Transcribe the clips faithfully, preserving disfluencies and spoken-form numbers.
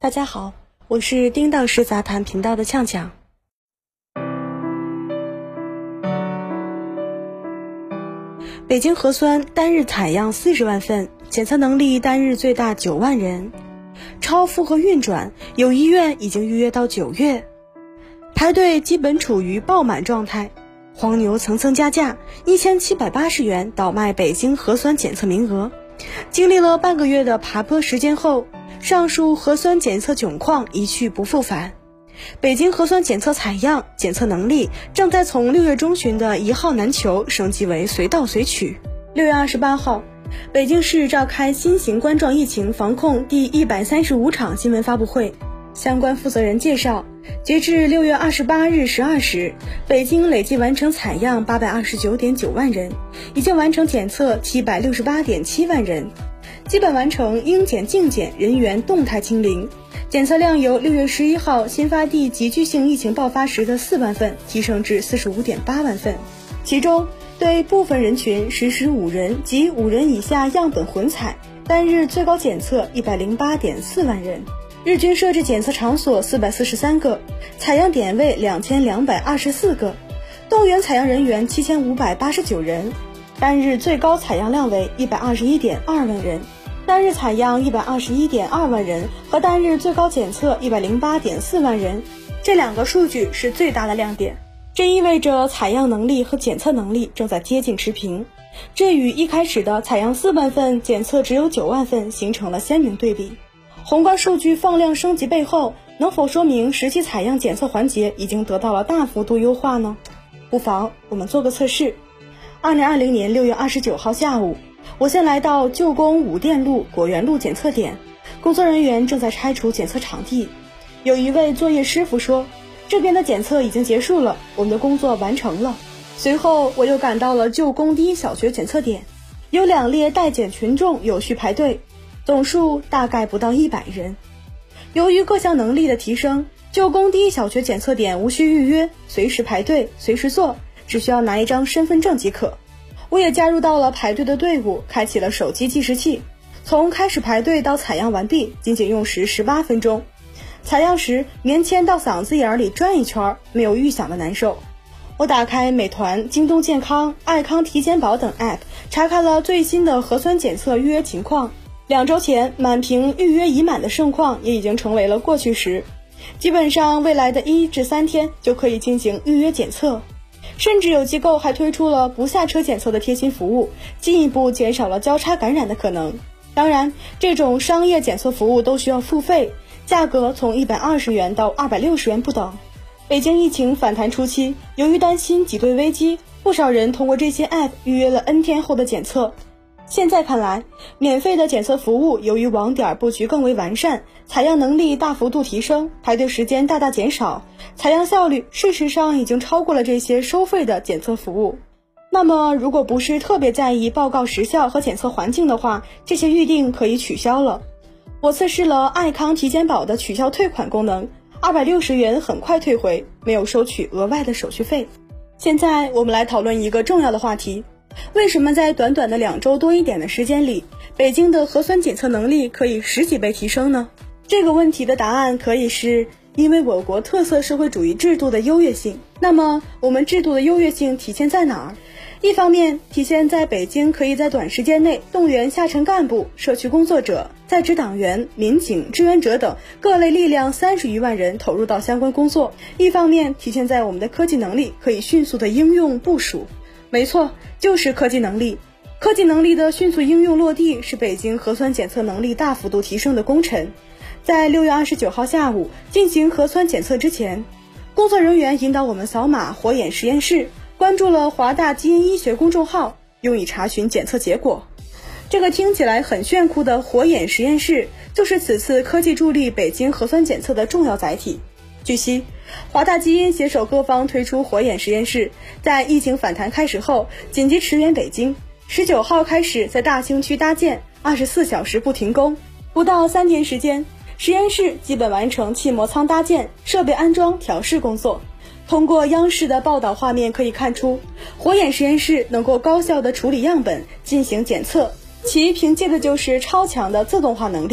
大家好，我是叮当式杂谈频道的呛呛。北京核酸单日采样四十万份，检测能力单日最大九万人，超负荷运转，有医院已经预约到九月，排队基本处于爆满状态。黄牛层层加价，一千七百八十元倒卖北京核酸检测名额。经历了半个月的爬坡时间后，上述核酸检测窘况一去不复返。北京核酸检测采样检测能力正在从六月中旬的一号难求升级为随到随取。六月二十八号，北京市召开新型冠状疫情防控第一百三十五场新闻发布会，相关负责人介绍，截至六月二十八日十二时，北京累计完成采样八百二十九点九万人，已经完成检测七百六十八点七万人，基本完成应检尽检人员动态清零，检测量由六月十一号新发地急剧性疫情爆发时的四万份提升至四十五点八万份，其中对部分人群实施五人及五人以下样本混采，单日最高检测一百零八点四万人，日均设置检测场所四百四十三个，采样点位两千两百二十四个，动员采样人员七千五百八十九人，单日最高采样量为一百二十一点二万人，单日采样一百二十一点二万人和单日最高检测一百零八点四万人，这两个数据是最大的亮点。这意味着采样能力和检测能力正在接近持平，这与一开始的采样四万份检测只有九万份形成了鲜明对比。宏观数据放量升级背后，能否说明实际采样检测环节已经得到了大幅度优化呢？不妨我们做个测试。二零二零年六月二十九号下午，我先来到旧宫武店路果园路检测点，工作人员正在拆除检测场地。有一位作业师傅说，这边的检测已经结束了，我们的工作完成了。随后我又赶到了旧宫第一小学检测点，有两列待检群众有序排队，总数大概不到一百人。由于各项能力的提升，旧宫第一小学检测点无需预约，随时排队随时做，只需要拿一张身份证即可。我也加入到了排队的队伍，开启了手机计时器，从开始排队到采样完毕仅仅用时十八分钟。采样时棉签到嗓子眼里转一圈，没有预想的难受。我打开美团、京东健康、爱康体检宝等 app， 查看了最新的核酸检测预约情况。两周前满屏预约已满的盛况也已经成为了过去时，基本上未来的一至三天就可以进行预约检测，甚至有机构还推出了不下车检测的贴心服务，进一步减少了交叉感染的可能。当然，这种商业检测服务都需要付费，价格从一百二十元到二百六十元不等。北京疫情反弹初期，由于担心挤兑危机，不少人通过这些 app 预约了 N 天后的检测。现在看来，免费的检测服务由于网点布局更为完善，采样能力大幅度提升，排队时间大大减少，采样效率事实上已经超过了这些收费的检测服务。那么如果不是特别在意报告时效和检测环境的话，这些预定可以取消了。我测试了爱康体检宝的取消退款功能，二百六十元很快退回，没有收取额外的手续费。现在我们来讨论一个重要的话题，为什么在短短的两周多一点的时间里，北京的核酸检测能力可以十几倍提升呢？这个问题的答案可以是因为我国特色社会主义制度的优越性。那么我们制度的优越性体现在哪儿？一方面体现在北京可以在短时间内动员下沉干部、社区工作者、在职党员、民警、志愿者等各类力量三十余万人投入到相关工作；一方面体现在我们的科技能力可以迅速的应用部署。没错，就是科技能力。科技能力的迅速应用落地是北京核酸检测能力大幅度提升的功臣。在六月二十九号下午进行核酸检测之前，工作人员引导我们扫码火眼实验室，关注了华大基因医学公众号，用以查询检测结果。这个听起来很炫酷的火眼实验室，就是此次科技助力北京核酸检测的重要载体。据悉，华大基因携手各方推出火眼实验室，在疫情反弹开始后紧急驰援北京，十九号开始在大兴区搭建，二十四小时不停工。不到三天时间，实验室基本完成气膜舱搭建、设备安装、调试工作。通过央视的报道画面可以看出，火眼实验室能够高效地处理样本，进行检测，其凭借的就是超强的自动化能力，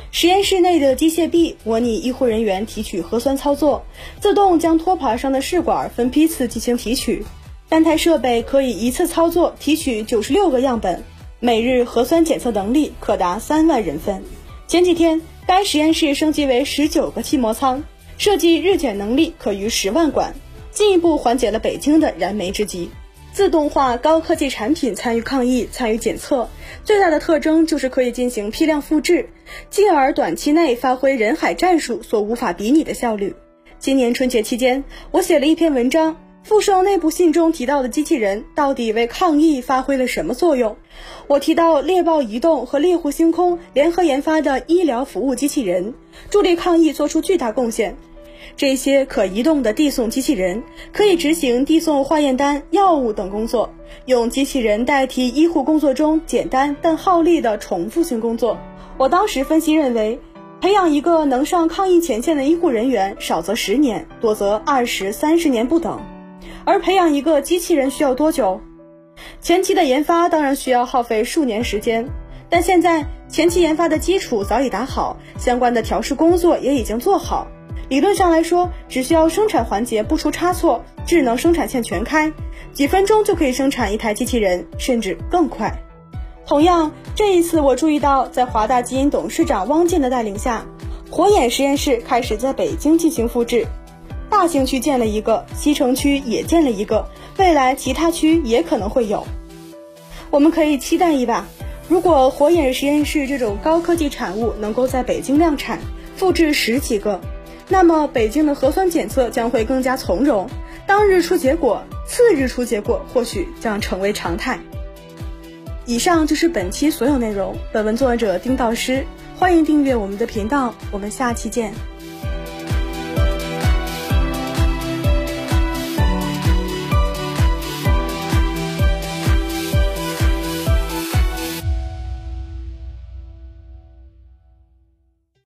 实验室内的机械臂模拟医护人员提取核酸操作，自动将托盘上的试管分批次进行提取。单台设备可以一次操作提取九十六个样本，每日核酸检测能力可达三万人份。前几天，该实验室升级为十九个气膜舱，设计日检能力可逾十万管，进一步缓解了北京的燃眉之急。自动化高科技产品参与抗疫、参与检测，最大的特征就是可以进行批量复制，进而短期内发挥人海战术所无法比拟的效率。今年春节期间，我写了一篇文章，复授内部信中提到的机器人到底为抗疫发挥了什么作用。我提到猎豹移动和猎户星空联合研发的医疗服务机器人，助力抗疫做出巨大贡献。这些可移动的递送机器人可以执行递送化验单、药物等工作，用机器人代替医护工作中简单但耗力的重复性工作。我当时分析认为，培养一个能上抗疫前线的医护人员，少则十年，多则二十三十年不等。而培养一个机器人需要多久？前期的研发当然需要耗费数年时间，但现在前期研发的基础早已打好，相关的调试工作也已经做好。理论上来说，只需要生产环节不出差错，智能生产线全开，几分钟就可以生产一台机器人，甚至更快。同样，这一次我注意到，在华大基因董事长汪建的带领下，火眼实验室开始在北京进行复制。大兴区建了一个，西城区也建了一个，未来其他区也可能会有。我们可以期待一把，如果火眼实验室这种高科技产物能够在北京量产，复制十几个，那么北京的核酸检测将会更加从容，当日出结果，次日出结果或许将成为常态。以上就是本期所有内容，本文作者丁道师，欢迎订阅我们的频道，我们下期见。